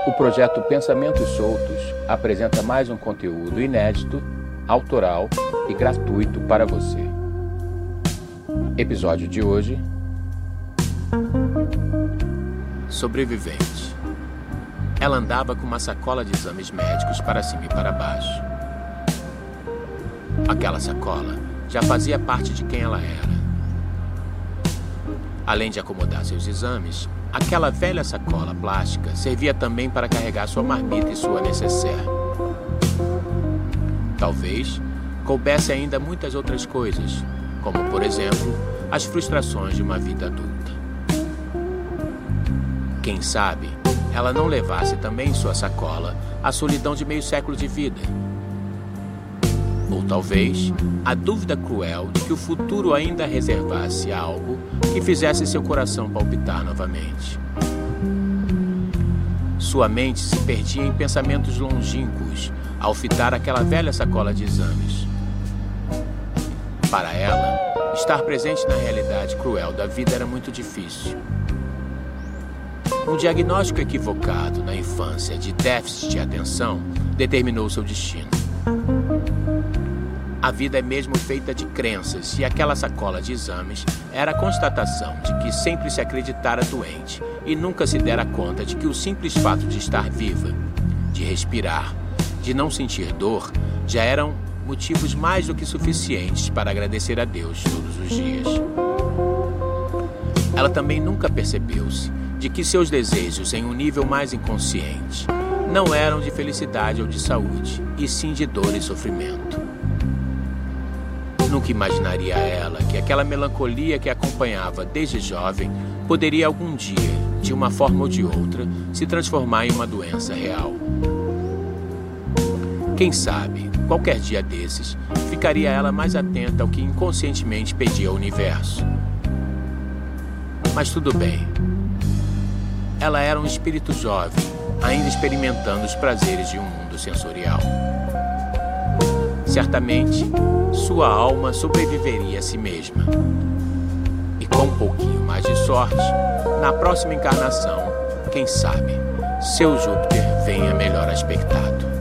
O projeto Pensamentos Soltos apresenta mais um conteúdo inédito, autoral e gratuito para você. Episódio de hoje: Sobrevivente. Ela andava com uma sacola de exames médicos para cima e para baixo. Aquela sacola já fazia parte de quem ela era. Além de acomodar seus exames, aquela velha sacola plástica servia também para carregar sua marmita e sua nécessaire. Talvez coubesse ainda muitas outras coisas, como, por exemplo, as frustrações de uma vida adulta. Quem sabe ela não levasse também em sua sacola a solidão de meio século de vida. Ou talvez a dúvida cruel de que o futuro ainda reservasse algo que fizesse seu coração palpitar novamente. Sua mente se perdia em pensamentos longínquos ao fitar aquela velha sacola de exames. Para ela, estar presente na realidade cruel da vida era muito difícil. Um diagnóstico equivocado na infância de déficit de atenção determinou seu destino. A vida é mesmo feita de crenças e aquela sacola de exames era a constatação de que sempre se acreditara doente e nunca se dera conta de que o simples fato de estar viva, de respirar, de não sentir dor, já eram motivos mais do que suficientes para agradecer a Deus todos os dias. Ela também nunca percebeu-se de que seus desejos em um nível mais inconsciente não eram de felicidade ou de saúde, e sim de dor e sofrimento. Nunca imaginaria ela que aquela melancolia que a acompanhava desde jovem poderia algum dia, de uma forma ou de outra, se transformar em uma doença real. Quem sabe, qualquer dia desses, ficaria ela mais atenta ao que inconscientemente pedia ao universo. Mas tudo bem. Ela era um espírito jovem, ainda experimentando os prazeres de um mundo sensorial. Certamente, sua alma sobreviveria a si mesma. E com um pouquinho mais de sorte, na próxima encarnação, quem sabe, seu Júpiter venha melhor aspectado.